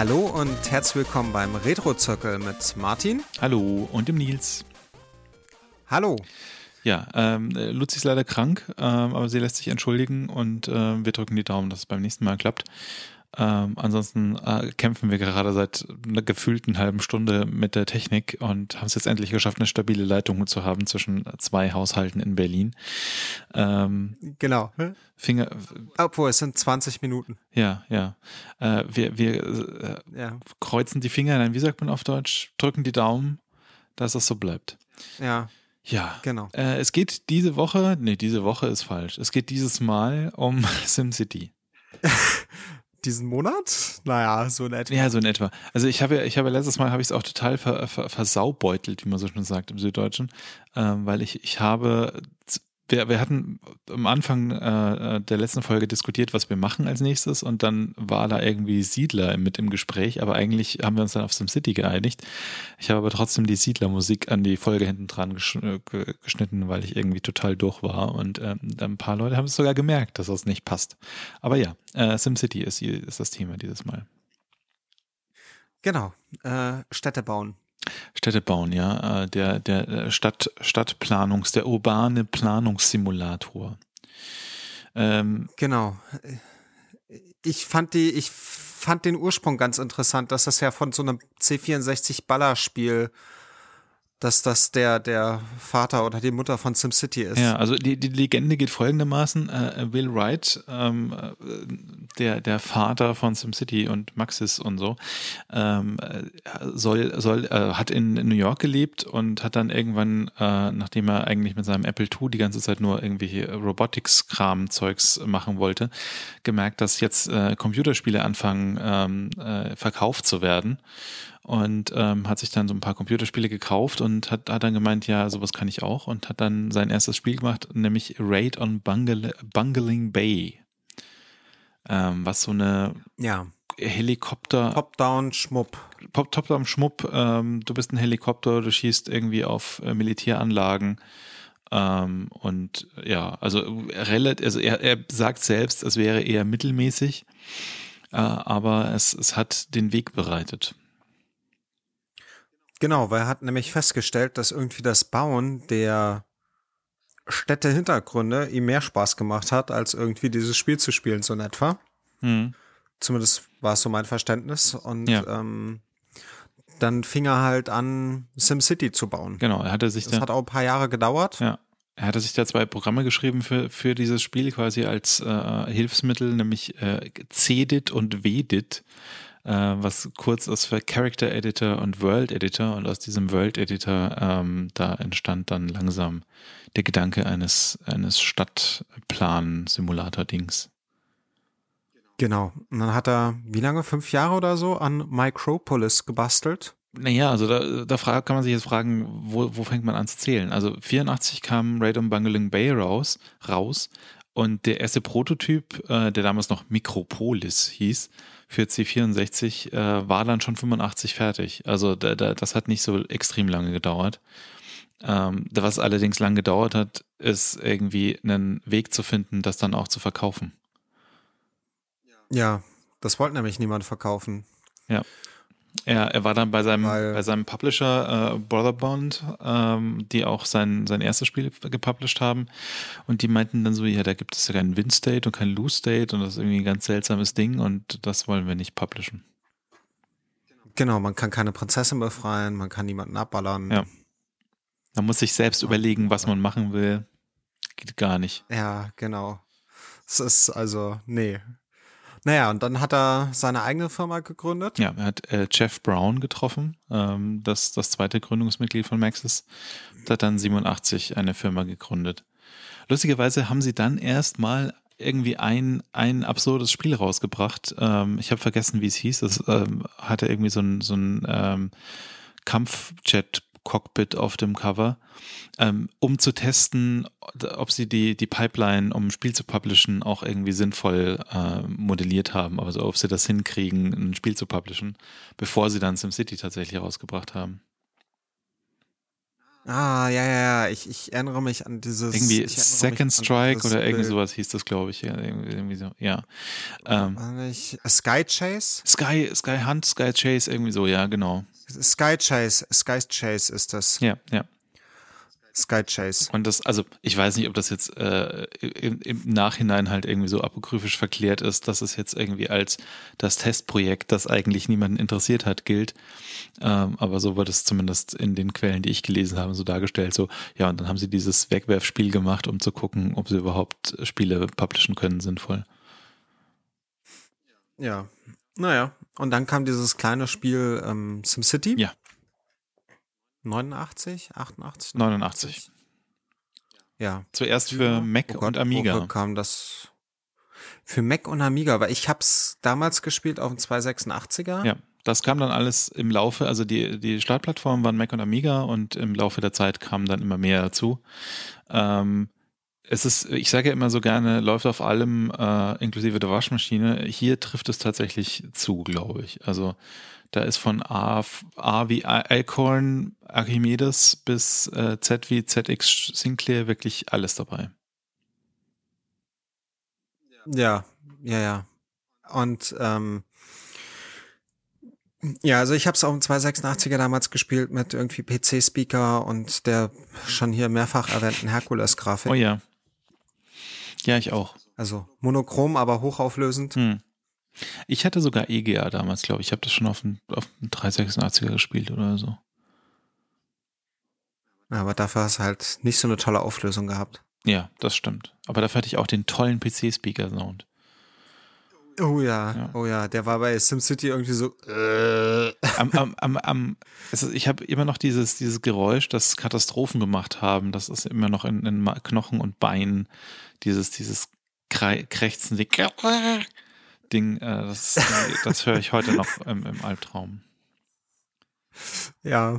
Hallo und herzlich willkommen beim Retro-Zirkel mit Martin. Hallo und dem Nils. Hallo. Ja, Luzi ist leider krank, aber sie lässt sich entschuldigen und wir drücken die Daumen, dass es beim nächsten Mal klappt. Ansonsten kämpfen wir gerade seit einer gefühlten halben Stunde mit der Technik und haben es jetzt endlich geschafft, eine stabile Leitung zu haben zwischen zwei Haushalten in Berlin. Genau. Obwohl, es sind 20 Minuten. Ja. Wir kreuzen die Finger, nein, wie sagt man auf Deutsch? Drücken die Daumen, dass es so bleibt. Ja. Ja, genau. Es geht diese Woche ist falsch. Es geht dieses Mal um SimCity. Diesen Monat? Naja, so in etwa. Ja, so in etwa. Also ich habe letztes Mal habe ich es auch total versaubeutelt, wie man so schön sagt im Süddeutschen, weil wir hatten am Anfang der letzten Folge diskutiert, was wir machen als nächstes und dann war da irgendwie Siedler mit im Gespräch, aber eigentlich haben wir uns dann auf SimCity geeinigt. Ich habe aber trotzdem die Siedlermusik an die Folge hinten dran geschnitten, weil ich irgendwie total durch war und ein paar Leute haben es sogar gemerkt, dass das nicht passt. Aber ja, SimCity ist das Thema dieses Mal. Genau, Städte bauen. Städte bauen, ja. Der der urbane Planungssimulator. Genau. Ich fand den Ursprung ganz interessant, dass das ja von so einem C64-Ballerspiel, dass das der Vater oder die Mutter von SimCity ist. Ja, also die Legende geht folgendermaßen, Will Wright, der Vater von SimCity und Maxis und so, hat in New York gelebt und hat dann irgendwann, nachdem er eigentlich mit seinem Apple II die ganze Zeit nur irgendwelche Robotics-Kram-Zeugs machen wollte, gemerkt, dass jetzt Computerspiele anfangen verkauft zu werden. Und hat sich dann so ein paar Computerspiele gekauft und hat dann gemeint, ja, sowas kann ich auch und hat dann sein erstes Spiel gemacht, nämlich Raid on Bungling Bay. Was so eine Helikopter... Top-Down-Schmupp. Top-Down-Schmupp. Du bist ein Helikopter, du schießt irgendwie auf Militäranlagen. Und ja, also er sagt selbst, es wäre eher mittelmäßig, aber es hat den Weg bereitet. Genau, weil er hat nämlich festgestellt, dass irgendwie das Bauen der Städte-Hintergründe ihm mehr Spaß gemacht hat, als irgendwie dieses Spiel zu spielen, so in etwa. Zumindest war es so mein Verständnis. Und dann fing er halt an, SimCity zu bauen. Genau, das hat auch ein paar Jahre gedauert. Ja. Er hatte sich da 2 Programme geschrieben für dieses Spiel quasi als Hilfsmittel, nämlich Cedit und Wedit, was kurz ist für Character Editor und World Editor, und aus diesem World Editor da entstand dann langsam der Gedanke eines Stadtplan-Simulator-Dings. Genau. Und dann hat er, wie lange? 5 Jahre oder so an Micropolis gebastelt? Naja, also da kann man sich jetzt fragen, wo fängt man an zu zählen? Also 84 kam Raid on Bungling Bay raus und der erste Prototyp, der damals noch Micropolis hieß, für C64 war dann schon 85 fertig. Also das hat nicht so extrem lange gedauert. Was allerdings lang gedauert hat, ist irgendwie einen Weg zu finden, das dann auch zu verkaufen. Ja, das wollte nämlich niemand verkaufen. Ja. Er war dann bei seinem Publisher Brotherbond, die auch sein erstes Spiel gepublished haben, und die meinten dann so, ja, da gibt es ja keinen Win-State und keinen Lose-State und das ist irgendwie ein ganz seltsames Ding und das wollen wir nicht publishen. Genau, man kann keine Prinzessin befreien, man kann niemanden abballern. Ja. Man muss sich selbst überlegen, was man machen will. Geht gar nicht. Ja, genau. Es ist also, nee. Naja, und dann hat er seine eigene Firma gegründet. Ja, er hat Jeff Brown getroffen, das zweite Gründungsmitglied von Maxis. Und hat dann 87 eine Firma gegründet. Lustigerweise haben sie dann erstmal irgendwie ein absurdes Spiel rausgebracht. Ich habe vergessen, wie es hieß. Das hatte irgendwie so ein Kampfjet-Cockpit auf dem Cover, um zu testen, ob sie die Pipeline, um ein Spiel zu publishen, auch irgendwie sinnvoll modelliert haben. Also ob sie das hinkriegen, ein Spiel zu publishen, bevor sie dann SimCity tatsächlich rausgebracht haben. Ja. Ich erinnere mich an dieses. Irgendwie Ich erinnere mich Second an Strike dieses oder irgendwie Bild. sowas hieß das, glaube ich. Ja, irgendwie so, ja. Ähm, War nicht Sky Chase? Sky Hunt, Sky Chase, irgendwie so, ja, genau. Sky Chase ist das. Ja, ja. Sky Chase. Und das, also ich weiß nicht, ob das jetzt im Nachhinein halt irgendwie so apokryphisch verklärt ist, dass es jetzt irgendwie als das Testprojekt, das eigentlich niemanden interessiert hat, gilt. Aber so wird es zumindest in den Quellen, die ich gelesen habe, so dargestellt. So, ja, und dann haben sie dieses Wegwerfspiel gemacht, um zu gucken, ob sie überhaupt Spiele publishen können, sinnvoll. Ja. Naja. Und dann kam dieses kleine Spiel SimCity. Ja. 89, 88? 89. Ja. Zuerst für Mac und Amiga. Wofür kam das? Für Mac und Amiga, weil ich hab's damals gespielt auf dem 286er. Ja, das kam dann alles im Laufe, also die Startplattformen waren Mac und Amiga und im Laufe der Zeit kam dann immer mehr dazu. Es ist, ich sage ja immer so gerne, läuft auf allem inklusive der Waschmaschine. Hier trifft es tatsächlich zu, glaube ich. Also da ist von A wie Alcorn, Archimedes bis Z wie ZX Sinclair wirklich alles dabei. Ja. Und ja, also ich habe es auf dem 286er damals gespielt mit irgendwie PC-Speaker und der schon hier mehrfach erwähnten Herkules-Grafik. Oh ja. Ja, ich auch. Also monochrom, aber hochauflösend. Ich hatte sogar EGA damals, glaube ich. Ich habe das schon auf dem 386er gespielt oder so. Aber dafür hast du halt nicht so eine tolle Auflösung gehabt. Ja, das stimmt. Aber dafür hatte ich auch den tollen PC-Speaker-Sound. Oh ja, der war bei SimCity irgendwie so. Ich habe immer noch dieses Geräusch, das Katastrophen gemacht haben. Das ist immer noch in Knochen und Beinen. Dieses krächzende Ding, das höre ich heute noch im Albtraum. Ja,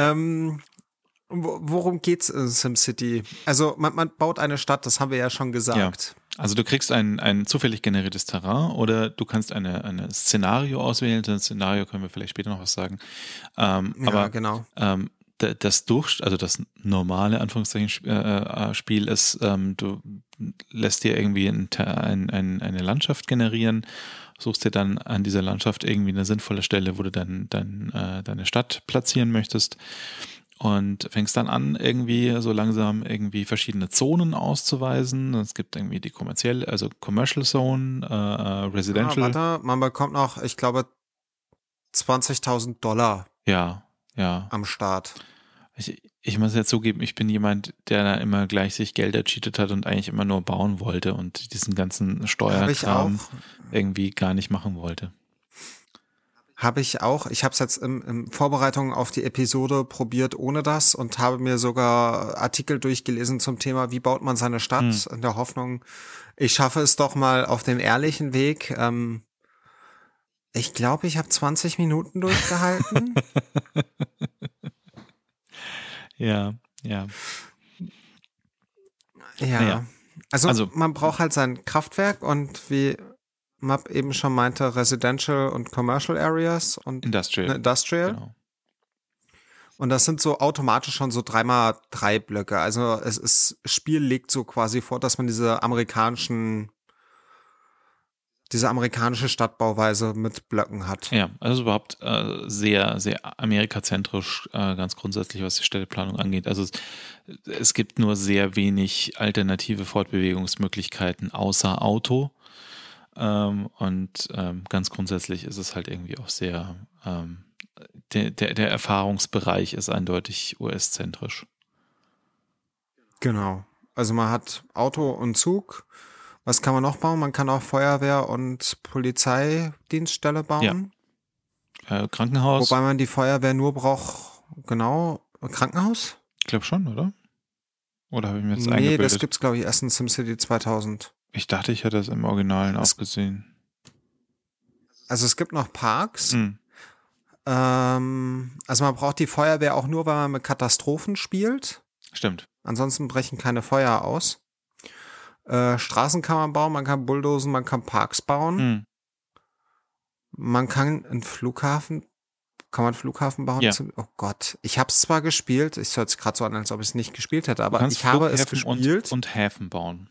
worum geht's in SimCity? Also man baut eine Stadt, das haben wir ja schon gesagt. Ja. Also du kriegst ein zufällig generiertes Terrain oder du kannst eine Szenario auswählen. Das Szenario können wir vielleicht später noch was sagen. Aber genau. Das normale Anführungszeichen Spiel ist, du lässt dir irgendwie eine Landschaft generieren, suchst dir dann an dieser Landschaft irgendwie eine sinnvolle Stelle, wo du deine Stadt platzieren möchtest. Und fängst dann an, irgendwie so langsam irgendwie verschiedene Zonen auszuweisen. Es gibt irgendwie die Commercial Zone, Residential. Warte, man bekommt noch, ich glaube, $20.000 ja. am Start. Ich muss ja zugeben, ich bin jemand, der da immer gleich sich Geld ercheatet hat und eigentlich immer nur bauen wollte und diesen ganzen Steuerkram irgendwie gar nicht machen wollte. Habe ich auch. Ich habe es jetzt in Vorbereitung auf die Episode probiert ohne das und habe mir sogar Artikel durchgelesen zum Thema, wie baut man seine Stadt, in der Hoffnung, ich schaffe es doch mal auf dem ehrlichen Weg. Ich glaube, ich habe 20 Minuten durchgehalten. Ja. Ja. Also man braucht halt sein Kraftwerk und wie Map eben schon meinte, Residential und Commercial Areas und Industrial. Genau. Und das sind so automatisch schon so 3x3 Blöcke. Also Spiel legt so quasi vor, dass man diese amerikanische Stadtbauweise mit Blöcken hat. Ja, also überhaupt sehr, sehr amerikazentrisch, ganz grundsätzlich, was die Städteplanung angeht. Also es gibt nur sehr wenig alternative Fortbewegungsmöglichkeiten außer Auto. Und ganz grundsätzlich ist es halt irgendwie auch sehr, der Erfahrungsbereich ist eindeutig US-zentrisch. Genau. Also man hat Auto und Zug. Was kann man noch bauen? Man kann auch Feuerwehr und Polizeidienststelle bauen. Ja. Krankenhaus. Wobei man die Feuerwehr nur braucht, genau, Krankenhaus? Ich glaube schon, oder? Oder habe ich mir jetzt eingebildet? Nee, das gibt's glaube ich erst in SimCity 2000. Ich dachte, ich hätte das im Originalen auch gesehen. Also es gibt noch Parks. Also man braucht die Feuerwehr auch nur, weil man mit Katastrophen spielt. Stimmt. Ansonsten brechen keine Feuer aus. Straßen kann man bauen, man kann Bulldozen, man kann Parks bauen. Man kann einen Flughafen Kann man Flughafen bauen? Ja. Oh Gott. Ich habe es zwar gespielt, es hört sich gerade so an, als ob ich es nicht gespielt hätte, Du aber kannst ich habe es Flughäfen gespielt. und Häfen bauen.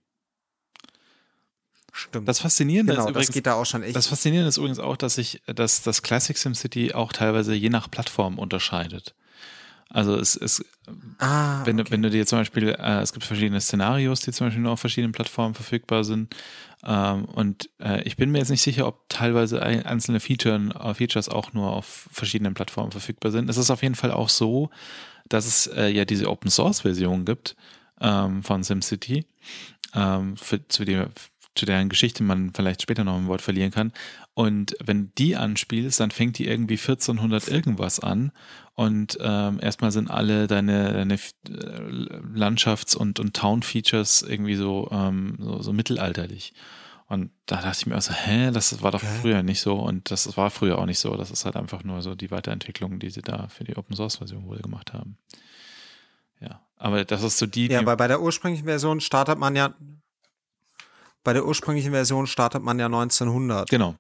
Stimmt. Das Faszinierende Genau, ist übrigens, das geht da auch schon echt. das Faszinierende ist übrigens auch, dass das Classic SimCity auch teilweise je nach Plattform unterscheidet. Also wenn okay. du dir zum Beispiel, es gibt verschiedene Szenarios, die zum Beispiel nur auf verschiedenen Plattformen verfügbar sind. Und ich bin mir jetzt nicht sicher, ob teilweise einzelne Features auch nur auf verschiedenen Plattformen verfügbar sind. Es ist auf jeden Fall auch so, dass es ja diese Open Source Version gibt von SimCity, zu deren Geschichte man vielleicht später noch ein Wort verlieren kann. Und wenn die anspielst, dann fängt die irgendwie 1400 irgendwas an und erstmal sind alle deine Landschafts- und Town-Features irgendwie so mittelalterlich. Und da dachte ich mir auch so, das war doch früher nicht so und das war früher auch nicht so. Das ist halt einfach nur so die Weiterentwicklung, die sie da für die Open-Source-Version wohl gemacht haben. Ja, aber das ist so Ja, weil bei der ursprünglichen Version startet man ja 1900. Genau.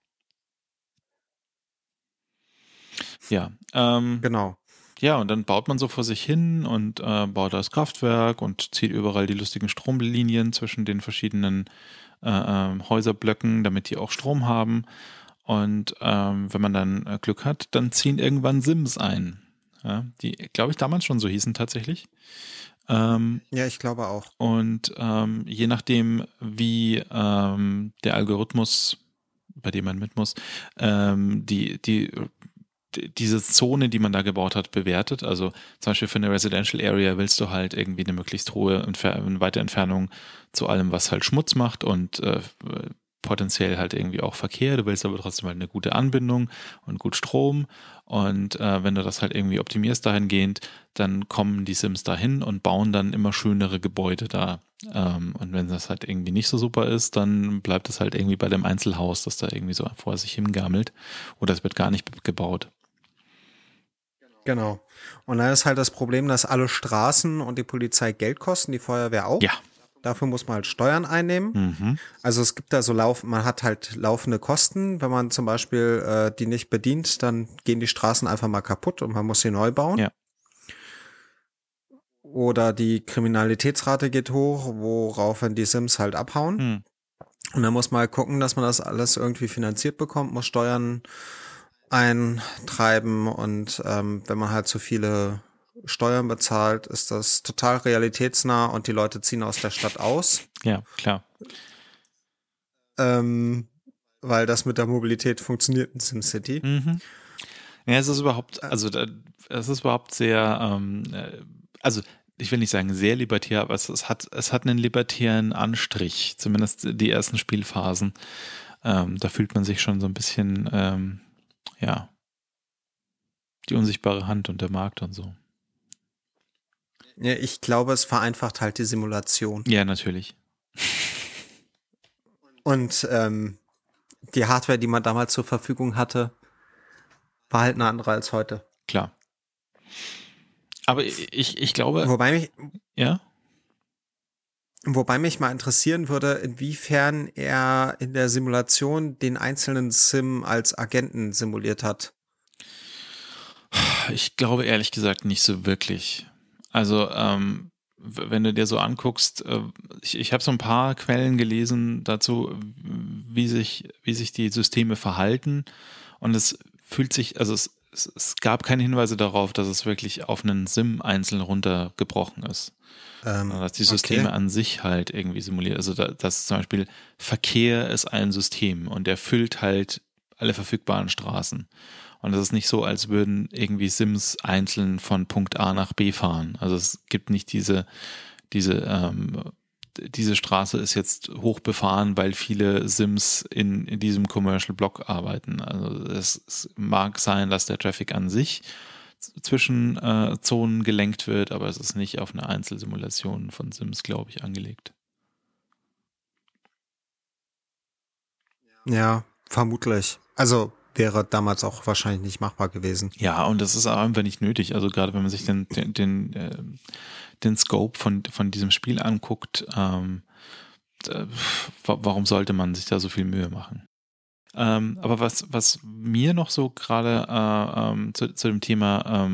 Ja, Genau. ja, und dann baut man so vor sich hin und baut das Kraftwerk und zieht überall die lustigen Stromlinien zwischen den verschiedenen Häuserblöcken, damit die auch Strom haben. Und wenn man dann Glück hat, dann ziehen irgendwann Sims ein. Ja, die, glaube ich, damals schon so hießen tatsächlich. Ja, ich glaube auch. Und je nachdem, wie der Algorithmus, bei dem man mit muss, diese Zone, die man da gebaut hat, bewertet. Also zum Beispiel für eine Residential Area willst du halt irgendwie eine möglichst hohe weite Entfernung zu allem, was halt Schmutz macht und potenziell halt irgendwie auch Verkehr. Du willst aber trotzdem halt eine gute Anbindung und gut Strom. Und wenn du das halt irgendwie optimierst dahingehend, dann kommen die Sims dahin und bauen dann immer schönere Gebäude da. Und wenn das halt irgendwie nicht so super ist, dann bleibt es halt irgendwie bei dem Einzelhaus, das da irgendwie so vor sich hingammelt. Oder es wird gar nicht gebaut. Genau. Und dann ist halt das Problem, dass alle Straßen und die Polizei Geld kosten, die Feuerwehr auch. Ja. Dafür muss man halt Steuern einnehmen. Mhm. Also es gibt da so man hat halt laufende Kosten. Wenn man zum Beispiel die nicht bedient, dann gehen die Straßen einfach mal kaputt und man muss sie neu bauen. Ja. Oder die Kriminalitätsrate geht hoch, woraufhin die Sims halt abhauen. Mhm. Und dann muss man halt gucken, dass man das alles irgendwie finanziert bekommt, muss Steuern eintreiben und wenn man halt zu viele Steuern bezahlt, ist das total realitätsnah und die Leute ziehen aus der Stadt aus. Ja, klar. Weil das mit der Mobilität funktioniert in SimCity. Mhm. Ja, es ist überhaupt sehr, also ich will nicht sagen sehr libertär, aber es hat einen libertären Anstrich, zumindest die ersten Spielphasen. Da fühlt man sich schon so ein bisschen, ja, die unsichtbare Hand und der Markt und so. Ja, ich glaube, es vereinfacht halt die Simulation. Ja, natürlich. Und die Hardware, die man damals zur Verfügung hatte, war halt eine andere als heute. Klar. Aber ich glaube. Wobei mich mal interessieren würde, inwiefern er in der Simulation den einzelnen Sim als Agenten simuliert hat. Ich glaube ehrlich gesagt nicht so wirklich. Also, wenn du dir so anguckst, ich habe so ein paar Quellen gelesen dazu, wie sich die Systeme verhalten. Und es fühlt sich, also es gab keine Hinweise darauf, dass es wirklich auf einen Sim einzeln runtergebrochen ist. Dass die Systeme an sich halt irgendwie simuliert. Also dass zum Beispiel Verkehr ist ein System und der füllt halt alle verfügbaren Straßen. Und es ist nicht so, als würden irgendwie Sims einzeln von Punkt A nach B fahren. Also es gibt nicht diese Straße ist jetzt hoch befahren, weil viele Sims in diesem Commercial Block arbeiten. Also es mag sein, dass der Traffic an sich zwischen Zonen gelenkt wird, aber es ist nicht auf eine Einzelsimulation von Sims, glaube ich, angelegt. Ja, vermutlich. Also wäre damals auch wahrscheinlich nicht machbar gewesen. Ja, und das ist auch einfach nicht nötig. Also gerade wenn man sich den Scope von diesem Spiel anguckt, warum sollte man sich da so viel Mühe machen? Aber was mir noch so gerade zu dem Thema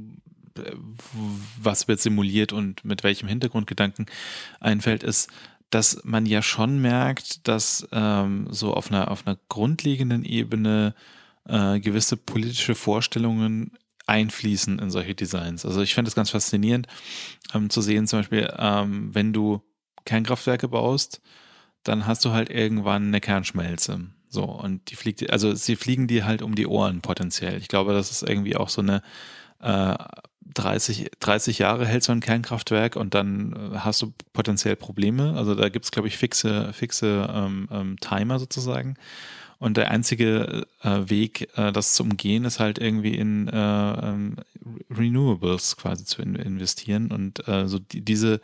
was wird simuliert und mit welchem Hintergrundgedanken einfällt, ist, dass man ja schon merkt, dass so auf einer grundlegenden Ebene gewisse politische Vorstellungen einfließen in solche Designs. Also ich finde es ganz faszinierend zu sehen, zum Beispiel, wenn du Kernkraftwerke baust, dann hast du halt irgendwann eine Kernschmelze. So, und sie fliegen dir halt um die Ohren potenziell. Ich glaube, das ist irgendwie auch so eine 30 Jahre hält so ein Kernkraftwerk und dann hast du potenziell Probleme. Also da gibt es, glaube ich, fixe Timer sozusagen. Und der einzige Weg, das zu umgehen, ist halt irgendwie in Renewables quasi zu investieren. Und so diese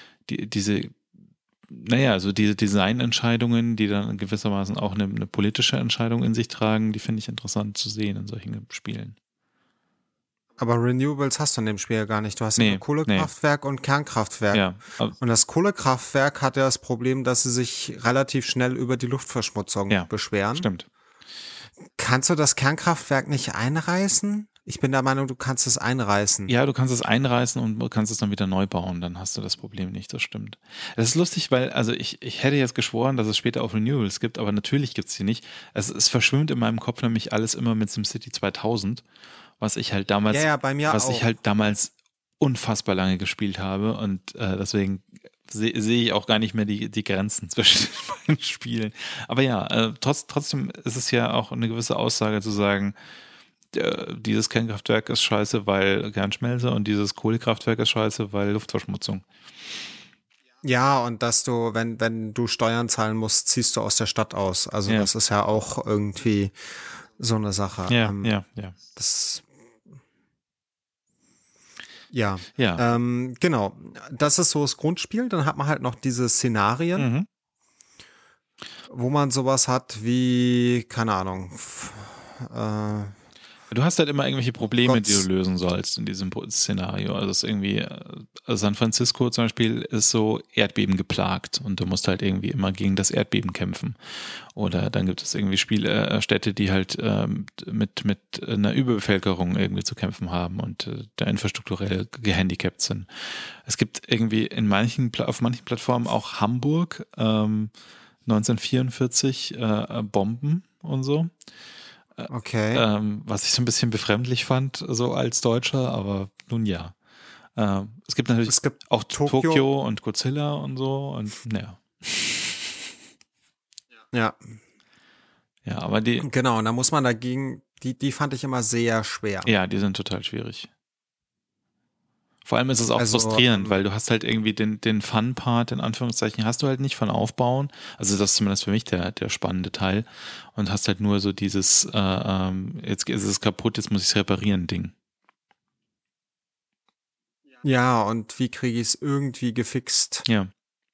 Designentscheidungen, die dann gewissermaßen auch eine politische Entscheidung in sich tragen, die finde ich interessant zu sehen in solchen Spielen. Aber Renewables hast du in dem Spiel ja gar nicht. Du hast ja nur Kohlekraftwerk und Kernkraftwerk. Ja, und das Kohlekraftwerk hat ja das Problem, dass sie sich relativ schnell über die Luftverschmutzung beschweren. Stimmt. Kannst du das Kernkraftwerk nicht einreißen? Ich bin der Meinung, du kannst es einreißen. Ja, du kannst es einreißen und kannst es dann wieder neu bauen. Dann hast du das Problem nicht, das stimmt. Das ist lustig, weil also ich hätte jetzt geschworen, dass es später auch Renewables gibt, aber natürlich gibt es die nicht. Es verschwimmt in meinem Kopf nämlich alles immer mit SimCity 2000. Was ich halt damals, ich halt damals unfassbar lange gespielt habe und deswegen sehe ich auch gar nicht mehr die Grenzen zwischen den Spielen. Aber ja, trotzdem ist es ja auch eine gewisse Aussage zu sagen, dieses Kernkraftwerk ist scheiße, weil Kernschmelze und dieses Kohlekraftwerk ist scheiße, weil Luftverschmutzung. Ja, und dass du, wenn du Steuern zahlen musst, ziehst du aus der Stadt aus. Also das ist ja auch irgendwie so eine Sache. Ja. Genau. Das ist so das Grundspiel. Dann hat man halt noch diese Szenarien, wo man sowas hat wie, keine Ahnung, du hast halt immer irgendwelche Probleme, die du lösen sollst in diesem Szenario. Also es ist irgendwie, San Francisco zum Beispiel ist so Erdbeben geplagt und du musst halt irgendwie immer gegen das Erdbeben kämpfen. Oder dann gibt es irgendwie Städte, die halt mit einer Überbevölkerung irgendwie zu kämpfen haben und da infrastrukturell gehandicapt sind. Es gibt irgendwie auf manchen Plattformen auch Hamburg 1944 Bomben und so. Okay. Was ich so ein bisschen befremdlich fand, so als Deutscher, aber nun ja. Es gibt natürlich auch Tokio und Godzilla und so und naja. Ja. Ja, aber Genau, und da muss man dagegen, die fand ich immer sehr schwer. Ja, die sind total schwierig. Vor allem ist es auch frustrierend, weil du hast halt irgendwie den Fun-Part, in Anführungszeichen, hast du halt nicht von Aufbauen. Also das ist zumindest für mich der spannende Teil. Und hast halt nur so dieses, jetzt ist es kaputt, jetzt muss ich es reparieren Ding. Ja, und wie kriege ich es irgendwie gefixt? Ja.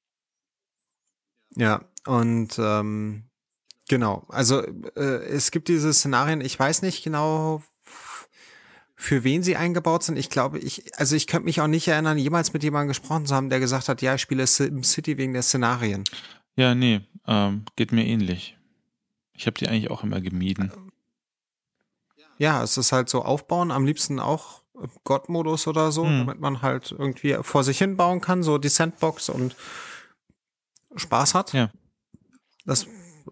Ja, und genau. Also es gibt diese Szenarien, ich weiß nicht genau, für wen sie eingebaut sind. Ich glaube, ich könnte mich auch nicht erinnern, jemals mit jemandem gesprochen zu haben, der gesagt hat, ja, ich spiele SimCity wegen der Szenarien. Ja, nee, geht mir ähnlich. Ich habe die eigentlich auch immer gemieden. Ja, es ist halt so aufbauen, am liebsten auch God-Modus oder so, damit man halt irgendwie vor sich hin bauen kann, so die Sandbox und Spaß hat. Ja. Das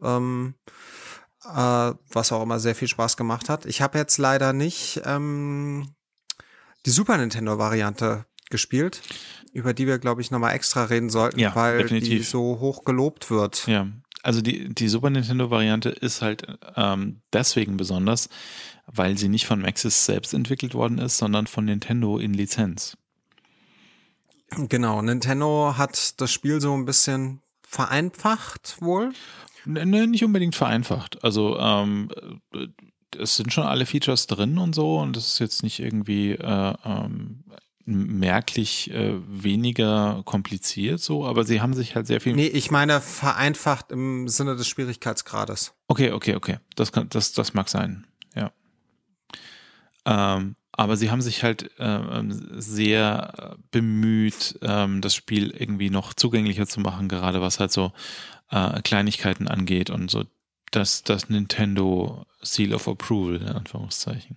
was auch immer sehr viel Spaß gemacht hat. Ich habe jetzt leider nicht die Super Nintendo-Variante gespielt, über die wir, glaube ich, nochmal extra reden sollten, weil definitiv. Die so hoch gelobt wird. Ja, also die Super Nintendo-Variante ist halt deswegen besonders, weil sie nicht von Maxis selbst entwickelt worden ist, sondern von Nintendo in Lizenz. Genau, Nintendo hat das Spiel so ein bisschen vereinfacht wohl. Nee, nicht unbedingt vereinfacht. Also es sind schon alle Features drin und so und es ist jetzt nicht irgendwie merklich weniger kompliziert so, aber sie haben sich halt sehr viel... Nee, ich meine vereinfacht im Sinne des Schwierigkeitsgrades. Okay. Das mag sein, ja. Aber sie haben sich halt sehr bemüht, das Spiel irgendwie noch zugänglicher zu machen, gerade was halt so Kleinigkeiten angeht und so das Nintendo Seal of Approval, in Anführungszeichen.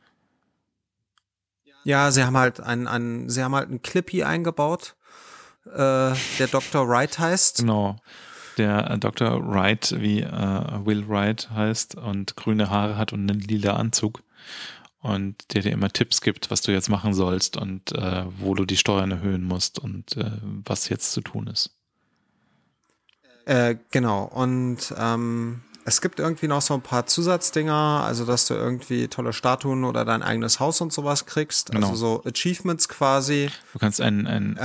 Ja, sie haben halt einen Clippy eingebaut, der Dr. Wright heißt. Genau. Der Dr. Wright, wie Will Wright heißt und grüne Haare hat und einen lila Anzug. Und der dir immer Tipps gibt, was du jetzt machen sollst und wo du die Steuern erhöhen musst und was jetzt zu tun ist. Genau. Und es gibt irgendwie noch so ein paar Zusatzdinger, also dass du irgendwie tolle Statuen oder dein eigenes Haus und sowas kriegst. Genau. Also so Achievements quasi. Du kannst ein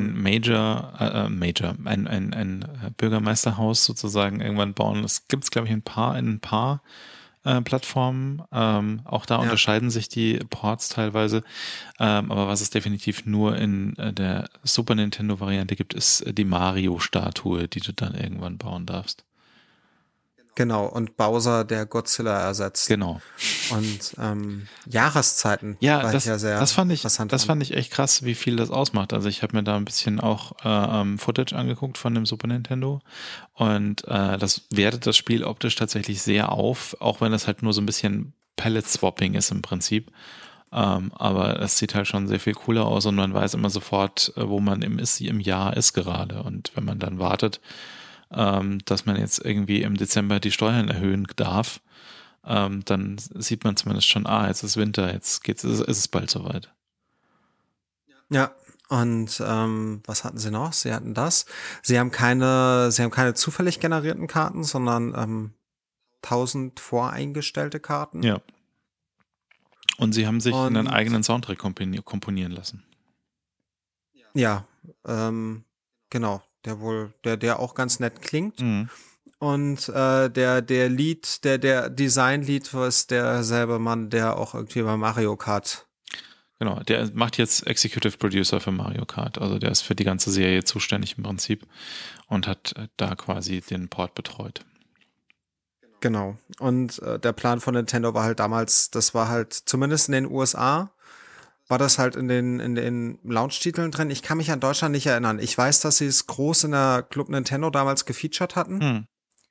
Bürgermeisterhaus sozusagen irgendwann bauen. Das gibt es, glaube ich, in ein paar Plattformen. Auch da unterscheiden sich die Ports teilweise. Aber was es definitiv nur in der Super Nintendo-Variante gibt, ist die Mario-Statue, die du dann irgendwann bauen darfst. Genau, und Bowser, der Godzilla ersetzt. Genau. Und Jahreszeiten. Ja, das fand ich echt krass, wie viel das ausmacht. Also ich habe mir da ein bisschen auch Footage angeguckt von dem Super Nintendo und das wertet das Spiel optisch tatsächlich sehr auf, auch wenn es halt nur so ein bisschen Palette-Swapping ist im Prinzip. Aber es sieht halt schon sehr viel cooler aus und man weiß immer sofort, wo man im Jahr ist gerade. Und wenn man dann wartet, dass man jetzt irgendwie im Dezember die Steuern erhöhen darf, dann sieht man zumindest schon, jetzt ist Winter, ist es bald soweit. Ja, und was hatten sie noch? Sie hatten das. Sie haben keine zufällig generierten Karten, sondern 1000 voreingestellte Karten. Ja. Und sie haben sich einen eigenen Soundtrack komponieren lassen. Ja, genau. Der auch ganz nett klingt. Mhm. Und der Design-Lead ist derselbe Mann, der auch irgendwie bei Mario Kart. Genau, der macht jetzt Executive Producer für Mario Kart. Also der ist für die ganze Serie zuständig im Prinzip und hat da quasi den Port betreut. Genau. Und der Plan von Nintendo war halt damals, das war halt zumindest in den USA, war das halt in den Launch-Titeln drin. Ich kann mich an Deutschland nicht erinnern. Ich weiß, dass sie es groß in der Club Nintendo damals gefeatured hatten.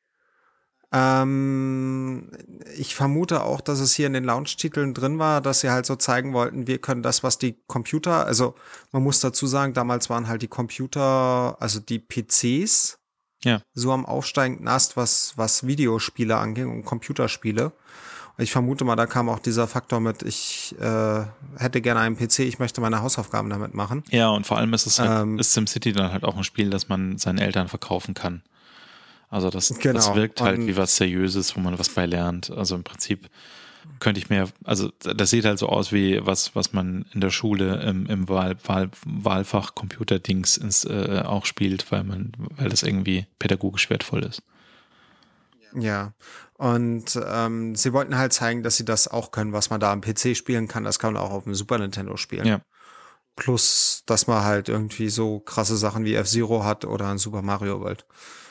Ich vermute auch, dass es hier in den Launch-Titeln drin war, dass sie halt so zeigen wollten, wir können das, was die Computer, also man muss dazu sagen, damals waren halt die Computer, also die PCs, so am aufsteigenden Ast, was Videospiele anging und Computerspiele. Ich vermute mal, da kam auch dieser Faktor mit, ich hätte gerne einen PC, ich möchte meine Hausaufgaben damit machen. Ja, und vor allem ist es halt, ist SimCity dann halt auch ein Spiel, das man seinen Eltern verkaufen kann. Also das wirkt halt wie was Seriöses, wo man was bei lernt. Also im Prinzip könnte ich mir, also das sieht halt so aus wie was man in der Schule im Wahlfach Computerdings auch spielt, weil das irgendwie pädagogisch wertvoll ist. Ja, und sie wollten halt zeigen, dass sie das auch können, was man da am PC spielen kann, das kann man auch auf dem Super Nintendo spielen. Ja. Plus, dass man halt irgendwie so krasse Sachen wie F-Zero hat oder ein Super Mario World.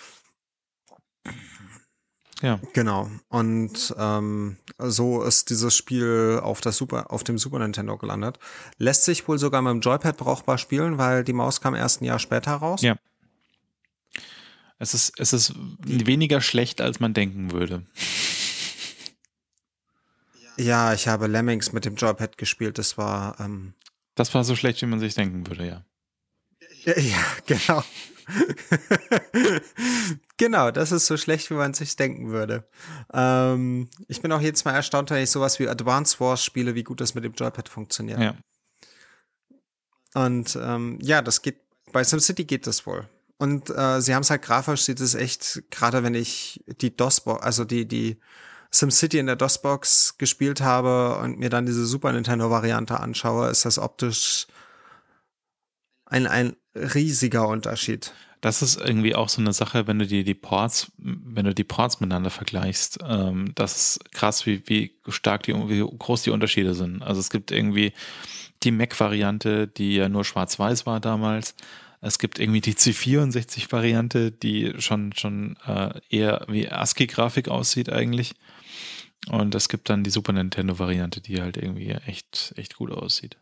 Ja. Genau. Und so ist dieses Spiel auf dem Super Nintendo gelandet. Lässt sich wohl sogar mit dem Joypad brauchbar spielen, weil die Maus kam erst ein Jahr später raus. Ja. Es ist weniger schlecht, als man denken würde. Ja, ich habe Lemmings mit dem Joypad gespielt. Das war so schlecht, wie man sich denken würde, ja. Ja, genau. Genau, das ist so schlecht, wie man sich denken würde. Ich bin auch jedes Mal erstaunt, wenn ich sowas wie Advance Wars spiele, wie gut das mit dem Joypad funktioniert. Ja. Und das geht, bei SimCity geht das wohl. Und sie haben es halt grafisch, sieht es echt, gerade wenn ich die DOS-Box, also die SimCity in der DOS-Box gespielt habe und mir dann diese Super Nintendo-Variante anschaue, ist das optisch ein riesiger Unterschied. Das ist irgendwie auch so eine Sache, wenn du die Ports miteinander vergleichst, das ist krass, wie groß die Unterschiede sind. Also es gibt irgendwie die Mac-Variante, die ja nur schwarz-weiß war damals. Es gibt irgendwie die C64-Variante, die schon eher wie ASCII-Grafik aussieht eigentlich. Und es gibt dann die Super Nintendo-Variante, die halt irgendwie echt gut aussieht.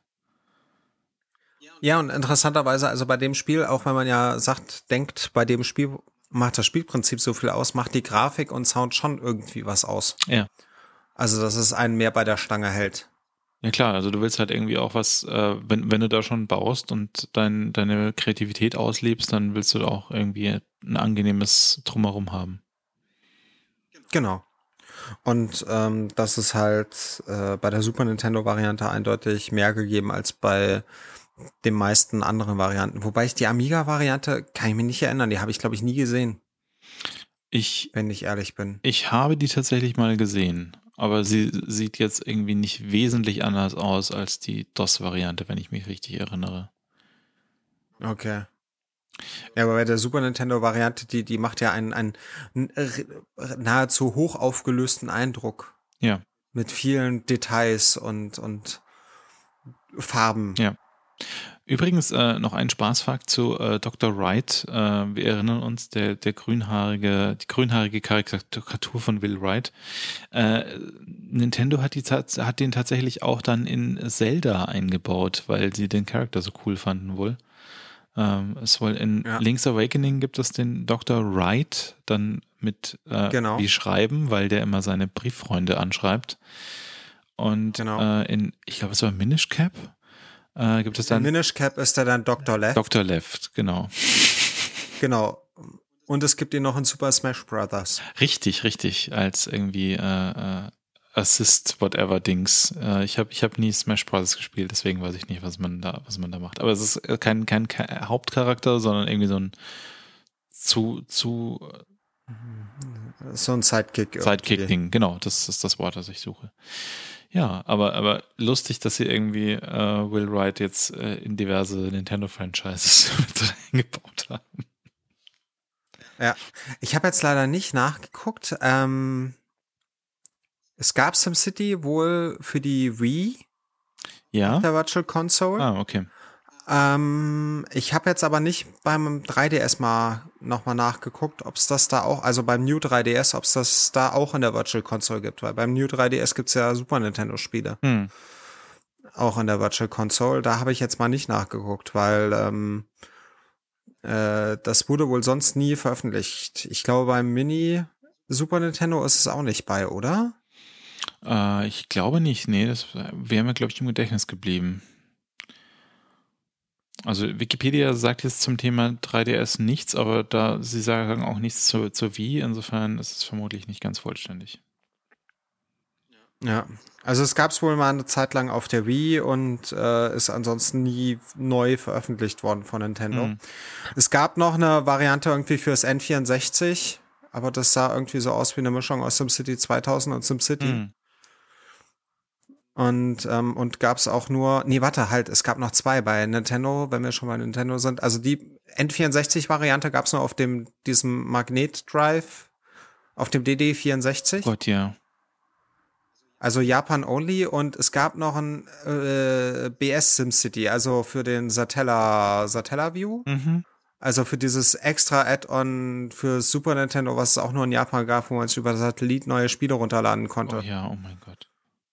Ja, und interessanterweise, also bei dem Spiel, auch wenn man ja denkt, bei dem Spiel macht das Spielprinzip so viel aus, macht die Grafik und Sound schon irgendwie was aus. Ja. Also, dass es einen mehr bei der Stange hält. Ja klar, also du willst halt irgendwie auch was, wenn du da schon baust und deine Kreativität auslebst, dann willst du da auch irgendwie ein angenehmes Drumherum haben. Genau. Und das ist halt bei der Super Nintendo-Variante eindeutig mehr gegeben als bei den meisten anderen Varianten. Wobei ich die Amiga-Variante, kann ich mich nicht erinnern, die habe ich, glaube ich, nie gesehen, wenn ich ehrlich bin. Ich habe die tatsächlich mal gesehen, aber sie sieht jetzt irgendwie nicht wesentlich anders aus als die DOS-Variante, wenn ich mich richtig erinnere. Okay. Ja, aber bei der Super Nintendo-Variante, die macht ja einen nahezu hoch aufgelösten Eindruck. Ja. Mit vielen Details und Farben. Ja. Übrigens noch ein Spaßfakt zu Dr. Wright. Wir erinnern uns, die grünhaarige Karikatur von Will Wright. Nintendo hat den tatsächlich auch dann in Zelda eingebaut, weil sie den Charakter so cool fanden wohl. Es wohl in Link's Awakening gibt es den Dr. Wright dann mit wie Schreiben, weil der immer seine Brieffreunde anschreibt. Und ich glaube, es war Minish Cap. Gibt es dann. In Minish Cap ist er dann Dr. Left. Dr. Left, genau. Genau. Und es gibt ihn noch in Super Smash Brothers. Richtig, als irgendwie Assist Whatever Dings. Ich hab nie Smash Brothers gespielt, deswegen weiß ich nicht, was man da macht. Aber es ist kein Hauptcharakter, sondern irgendwie so ein so ein Sidekick. Sidekick-Ding, genau, das ist das Wort, das ich suche. Ja, aber lustig, dass sie irgendwie Will Wright jetzt in diverse Nintendo-Franchises mit reingebaut haben. Ja, ich habe jetzt leider nicht nachgeguckt. Es gab SimCity wohl für die Wii. Ja. Auf der Virtual Console. Ah, okay. Ich habe jetzt aber nicht beim 3DS nochmal nachgeguckt, ob es das da auch, also beim New 3DS, ob es das da auch in der Virtual Console gibt, weil beim New 3DS gibt's ja Super Nintendo-Spiele. Auch in der Virtual Console. Da habe ich jetzt mal nicht nachgeguckt, weil das wurde wohl sonst nie veröffentlicht. Ich glaube, beim Mini Super Nintendo ist es auch nicht bei, oder? Ich glaube nicht, nee, das wäre mir, glaube ich, im Gedächtnis geblieben. Also Wikipedia sagt jetzt zum Thema 3DS nichts, aber sie sagen auch nichts zur Wii, insofern ist es vermutlich nicht ganz vollständig. Ja, also es gab es wohl mal eine Zeit lang auf der Wii und ist ansonsten nie neu veröffentlicht worden von Nintendo. Es gab noch eine Variante irgendwie fürs N64, aber das sah irgendwie so aus wie eine Mischung aus SimCity 2000 und SimCity. Und gab es auch nur, es gab noch zwei bei Nintendo, wenn wir schon bei Nintendo sind. Also die N64-Variante gab es nur auf diesem Magnet-Drive, auf dem DD64. Gott, ja. Also Japan only, und es gab noch ein BS SimCity, also für den Satellaview. Also für dieses extra Add-on für Super Nintendo, was es auch nur in Japan gab, wo man sich über Satellit neue Spiele runterladen konnte. Oh ja, oh mein Gott.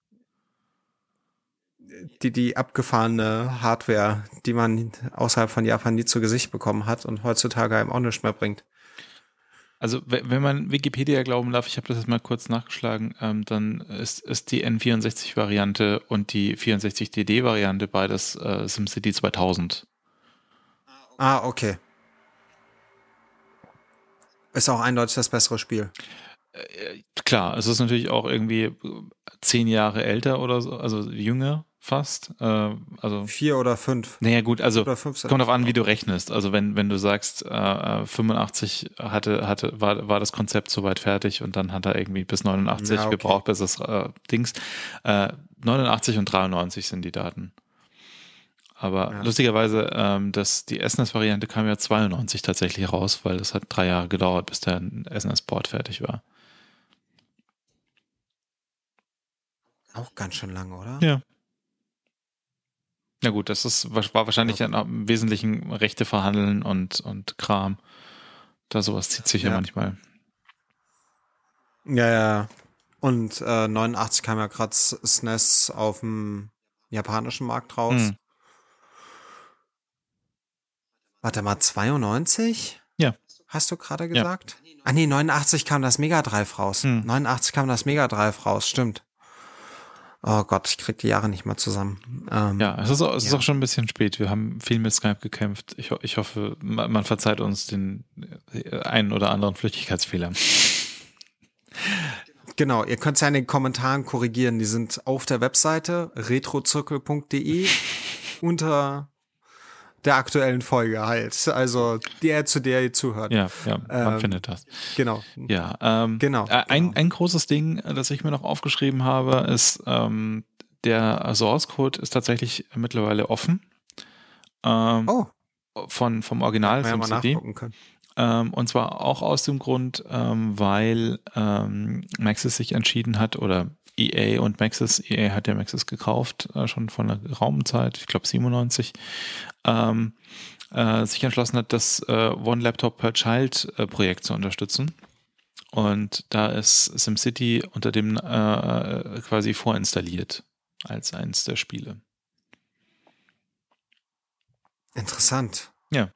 Die abgefahrene Hardware, die man außerhalb von Japan nie zu Gesicht bekommen hat und heutzutage einem auch nichts mehr bringt. Also wenn man Wikipedia glauben darf, ich habe das jetzt mal kurz nachgeschlagen, dann ist die N64-Variante und die 64DD-Variante beides SimCity 2000. Ah, okay. Ist auch eindeutig das bessere Spiel. Klar, es ist natürlich auch irgendwie 10 Jahre älter oder so, also jünger fast. Also 4 oder 5. Naja gut, also oder 5 kommt auf an, wie du rechnest. Also wenn du sagst, 85 war das Konzept soweit fertig und dann hat er irgendwie bis 89 gebraucht, bis es Dings. 89 und 93 sind die Daten. Aber lustigerweise, die SNES-Variante kam ja 92 tatsächlich raus, weil das hat 3 Jahre gedauert, bis der SNES-Port fertig war. Auch ganz schön lange, oder? Ja. Ja gut, war wahrscheinlich im Wesentlichen Rechte verhandeln und Kram. Da sowas zieht sich ja manchmal. Ja. Und 89 kam ja gerade SNES auf dem japanischen Markt raus. Warte mal, 92? Ja. hast du gerade gesagt? Ja. Ah nee, 89 kam das Mega Drive raus. 89 kam das Mega Drive raus, stimmt. Oh Gott, ich krieg die Jahre nicht mehr zusammen. Es ist auch schon ein bisschen spät. Wir haben viel mit Skype gekämpft. Ich hoffe, man verzeiht uns den einen oder anderen Flüchtigkeitsfehler. Genau, ihr könnt es ja in den Kommentaren korrigieren. Die sind auf der Webseite retrozirkel.de unter der aktuellen Folge halt. Also zu der ihr zuhört. Ja, man findet das. Genau. Ja, genau. Ein großes Ding, das ich mir noch aufgeschrieben habe, ist, der Source Code ist tatsächlich mittlerweile offen. Vom Original SimCity. Und zwar auch aus dem Grund, weil Maxis sich entschieden hat, oder EA und Maxis, EA hat ja Maxis gekauft, schon vor einer geraumen Zeit, ich glaube 97, sich entschlossen hat, das One Laptop per Child Projekt zu unterstützen. Und da ist SimCity unter dem quasi vorinstalliert als eins der Spiele. Interessant. Ja.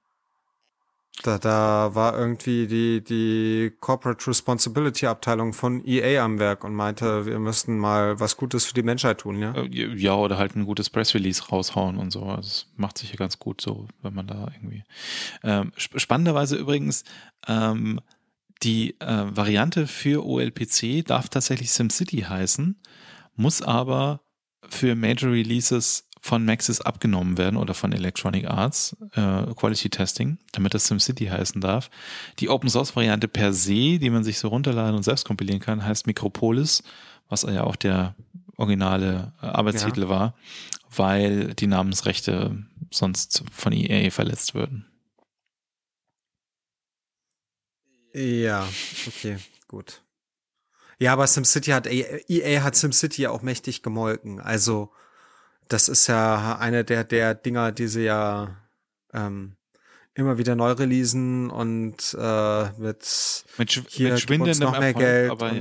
Da war irgendwie die Corporate Responsibility Abteilung von EA am Werk und meinte, wir müssten mal was Gutes für die Menschheit tun, ja? Ja, oder halt ein gutes Press-Release raushauen und so. Das macht sich ja ganz gut so, wenn man da irgendwie... Spannenderweise übrigens, die Variante für OLPC darf tatsächlich SimCity heißen, muss aber für Major Releases von Maxis abgenommen werden oder von Electronic Arts, Quality Testing, damit das SimCity heißen darf. Die Open-Source-Variante per se, die man sich so runterladen und selbst kompilieren kann, heißt Micropolis, was ja auch der originale Arbeitstitel war, weil die Namensrechte sonst von EA verletzt würden. Ja, okay, gut. Ja, aber EA hat SimCity ja auch mächtig gemolken, also das ist ja eine der Dinger, die sie ja immer wieder neu releasen und mit schwindendem noch mehr Erfolg, Geld aber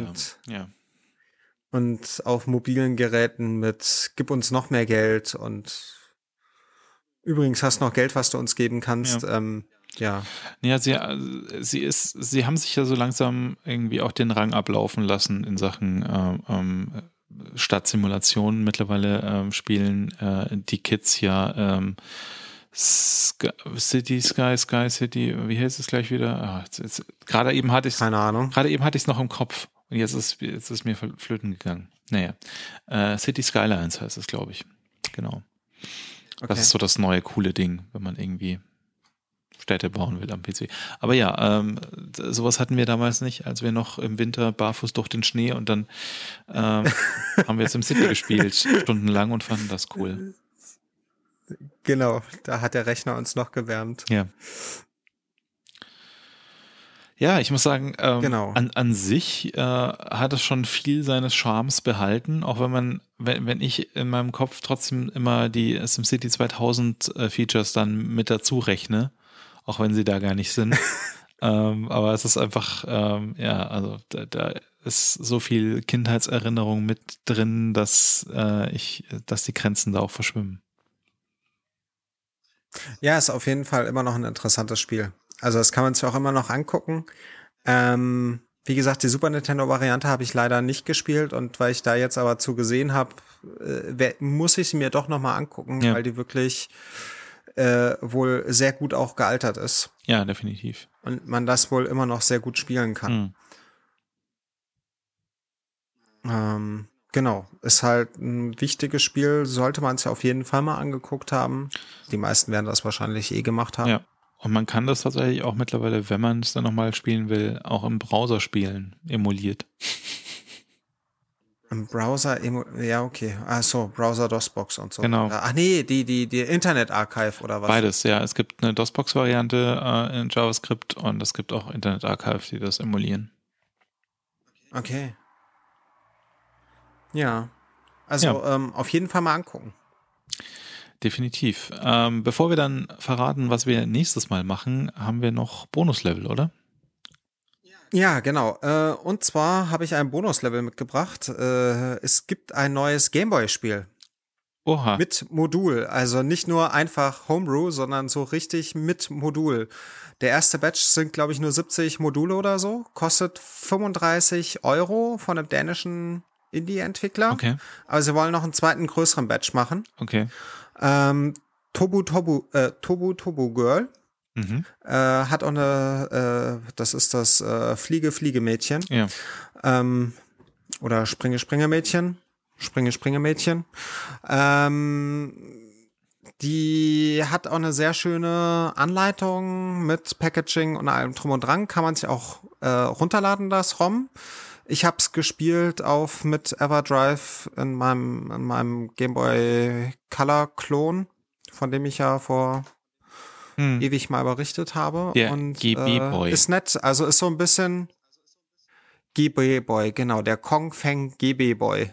und auf mobilen Geräten mit gib uns noch mehr Geld und übrigens hast noch Geld, was du uns geben kannst. Ja, sie haben sich ja so langsam irgendwie auch den Rang ablaufen lassen in Sachen Stadtsimulationen. Mittlerweile spielen die Kids ja Sky City, wie heißt es gleich wieder? Gerade eben hatte ich keine Ahnung. Gerade eben hatte ich es noch im Kopf und jetzt ist mir flöten gegangen. Naja, City Skylines heißt es, glaube ich. Genau. Okay. Das ist so das neue coole Ding, wenn man irgendwie Städte bauen will am PC. Aber ja, sowas hatten wir damals nicht, als wir noch im Winter barfuß durch den Schnee und dann haben wir jetzt im City gespielt, stundenlang und fanden das cool. Genau, da hat der Rechner uns noch gewärmt. Ja. Ja, ich muss sagen, genau. an sich hat es schon viel seines Charmes behalten, auch wenn ich in meinem Kopf trotzdem immer die SimCity 2000 Features dann mit dazu rechne, auch wenn sie da gar nicht sind. Aber es ist einfach, also da ist so viel Kindheitserinnerung mit drin, dass die Grenzen da auch verschwimmen. Ja, ist auf jeden Fall immer noch ein interessantes Spiel. Also das kann man sich auch immer noch angucken. Wie gesagt, die Super Nintendo-Variante habe ich leider nicht gespielt und weil ich da jetzt aber zu gesehen habe, muss ich sie mir doch noch mal angucken, weil die wirklich wohl sehr gut auch gealtert ist. Ja, definitiv. Und man das wohl immer noch sehr gut spielen kann. Genau, ist halt ein wichtiges Spiel, sollte man es ja auf jeden Fall mal angeguckt haben. Die meisten werden das wahrscheinlich gemacht haben. Ja, und man kann das tatsächlich auch mittlerweile, wenn man es dann nochmal spielen will, auch im Browser spielen, emuliert. Im Browser, ja, okay. Ach so, Browser DOSBox und so. Genau. Ach nee, die Internet Archive oder was? Beides, ja. Es gibt eine DOSBox-Variante in JavaScript und es gibt auch Internet Archive, die das emulieren. Okay. Ja. Also auf jeden Fall mal angucken. Definitiv. Bevor wir dann verraten, was wir nächstes Mal machen, haben wir noch Bonuslevel, oder? Ja, genau. Und zwar habe ich ein Bonuslevel mitgebracht. Es gibt ein neues Gameboy-Spiel. Oha. Mit Modul, also nicht nur einfach Homebrew, sondern so richtig mit Modul. Der erste Batch sind, glaube ich, nur 70 Module oder so, kostet 35 € von einem dänischen Indie-Entwickler. Okay. Aber sie wollen noch einen zweiten, größeren Batch machen. Okay. Tobu Girl hat auch eine, das ist das Fliege-Fliege-Mädchen. Ja. Oder Springe-Springe-Mädchen. Springe-Springe-Mädchen. Die hat auch eine sehr schöne Anleitung mit Packaging und allem drum und dran. Kann man sich auch runterladen, das ROM. Ich habe es gespielt mit Everdrive in meinem Game Boy Color Klon, von dem ich ja vor ewig mal berichtet habe. Der und GB Boy. Ist nett, also ist so ein bisschen GB Boy, genau, der Kong Feng GB Boy.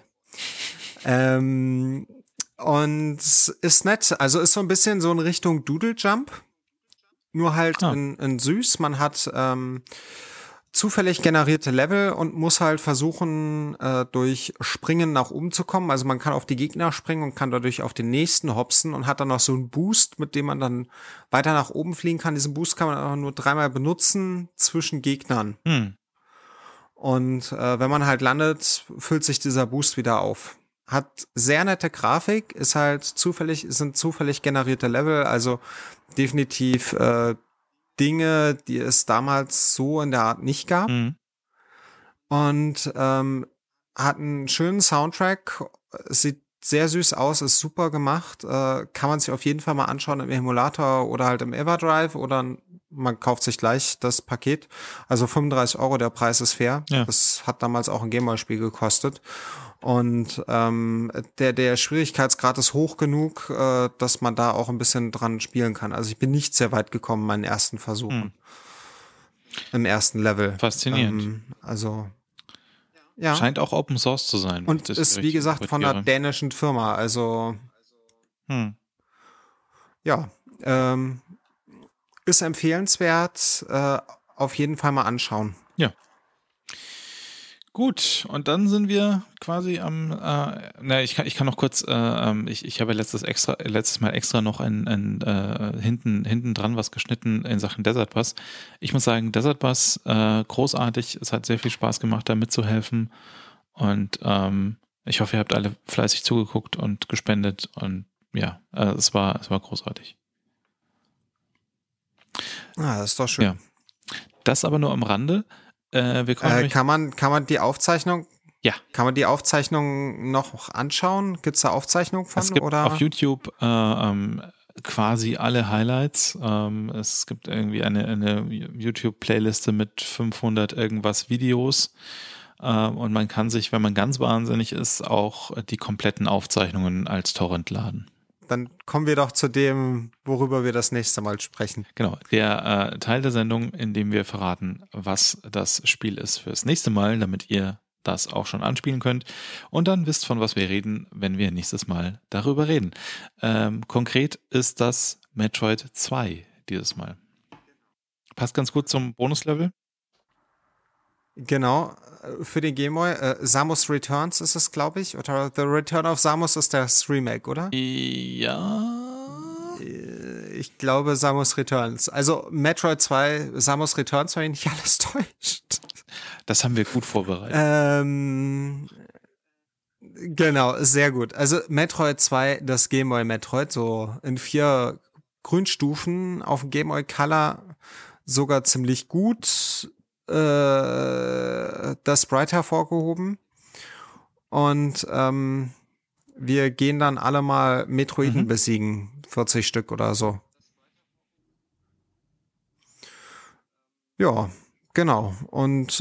Und ist nett, also ist so ein bisschen so in Richtung Doodle Jump, nur halt in süß. Man hat zufällig generierte Level und muss halt versuchen, durch Springen nach oben zu kommen. Also man kann auf die Gegner springen und kann dadurch auf den nächsten hopsen und hat dann noch so einen Boost, mit dem man dann weiter nach oben fliegen kann. Diesen Boost kann man aber nur 3-mal benutzen zwischen Gegnern. Und wenn man halt landet, füllt sich dieser Boost wieder auf. Hat sehr nette Grafik, sind zufällig generierte Level, also definitiv Dinge, die es damals so in der Art nicht gab. Und hat einen schönen Soundtrack, sieht sehr süß aus, ist super gemacht, kann man sich auf jeden Fall mal anschauen im Emulator oder halt im Everdrive oder man kauft sich gleich das Paket. Also 35 €, der Preis ist fair. Ja. Das hat damals auch ein Gameboy-Spiel gekostet. Und der Schwierigkeitsgrad ist hoch genug, dass man da auch ein bisschen dran spielen kann. Also ich bin nicht sehr weit gekommen in meinen ersten Versuchen. Im ersten Level. Faszinierend. Also ja. Scheint auch Open Source zu sein. Und ist, wie gesagt, von einer dänischen Firma. Also ja, ist empfehlenswert. Auf jeden Fall mal anschauen. Ja. Gut, und dann sind wir quasi am, ich kann noch kurz, ich habe ja letztes Mal extra noch hinten dran was geschnitten in Sachen Desert Bus. Ich muss sagen, Desert Bus, großartig, es hat sehr viel Spaß gemacht, da mitzuhelfen und ich hoffe, ihr habt alle fleißig zugeguckt und gespendet und ja, es war großartig. Ah, das ist doch schön. Ja. Das aber nur am Rande. Kann man die Aufzeichnung? Ja. Kann man die Aufzeichnung noch anschauen? Gibt's da Aufzeichnungen von? Es gibt oder? Auf YouTube quasi alle Highlights. Es gibt irgendwie eine YouTube-Playliste mit 500 irgendwas Videos. Und man kann sich, wenn man ganz wahnsinnig ist, auch die kompletten Aufzeichnungen als Torrent laden. Dann kommen wir doch zu dem, worüber wir das nächste Mal sprechen. Genau, der Teil der Sendung, in dem wir verraten, was das Spiel ist fürs nächste Mal, damit ihr das auch schon anspielen könnt und dann wisst, von was wir reden, wenn wir nächstes Mal darüber reden. Konkret ist das Metroid 2 dieses Mal. Passt ganz gut zum Bonuslevel. Genau, für den Game Boy. Samus Returns ist es, glaube ich. Oder The Return of Samus ist das Remake, oder? Ja. Ich glaube Samus Returns. Also Metroid 2, Samus Returns, wenn mich nicht alles täuscht. Das haben wir gut vorbereitet. Genau, sehr gut. Also Metroid 2, das Game Boy Metroid, so in 4 Grünstufen auf dem Game Boy Color sogar ziemlich gut. Das Sprite hervorgehoben und wir gehen dann alle mal Metroiden besiegen, 40 Stück oder so. Ja, genau. Und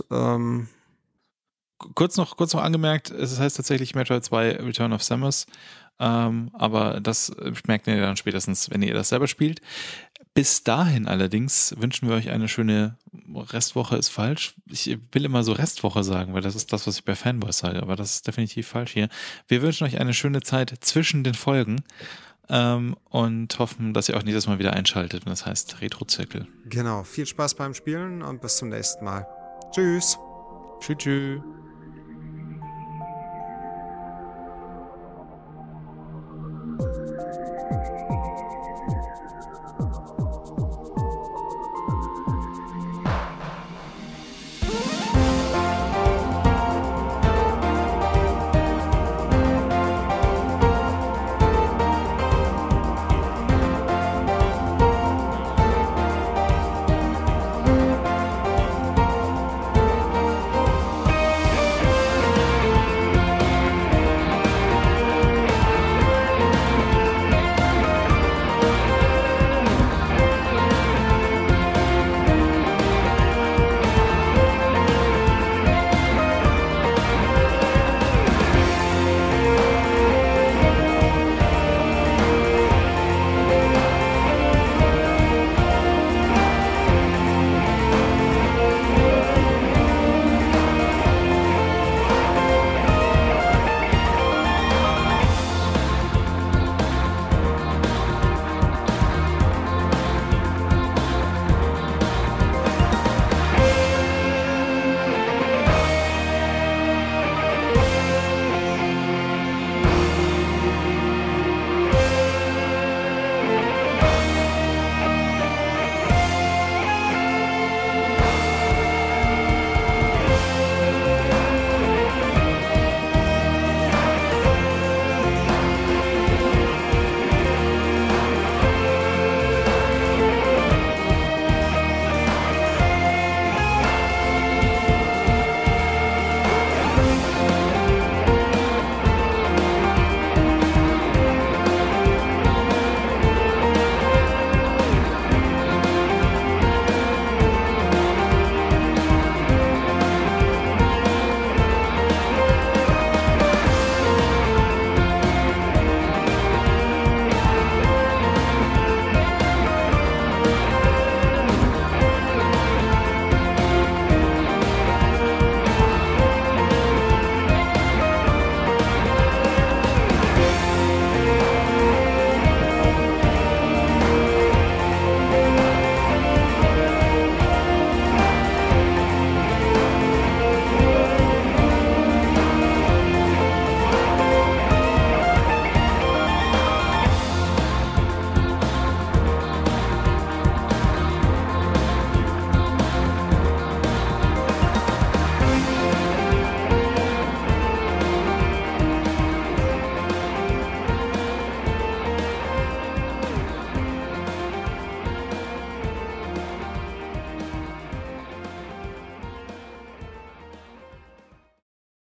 kurz noch angemerkt, es heißt tatsächlich Metroid 2 Return of Samus, aber das merkt ihr dann spätestens, wenn ihr das selber spielt. Bis dahin allerdings wünschen wir euch eine schöne Restwoche, ist falsch. Ich will immer so Restwoche sagen, weil das ist das, was ich bei Fanboys sage, aber das ist definitiv falsch hier. Wir wünschen euch eine schöne Zeit zwischen den Folgen und hoffen, dass ihr auch nächstes Mal wieder einschaltet, wenn das heißt Retro-Zirkel. Genau, viel Spaß beim Spielen und bis zum nächsten Mal. Tschüss. Tschüss.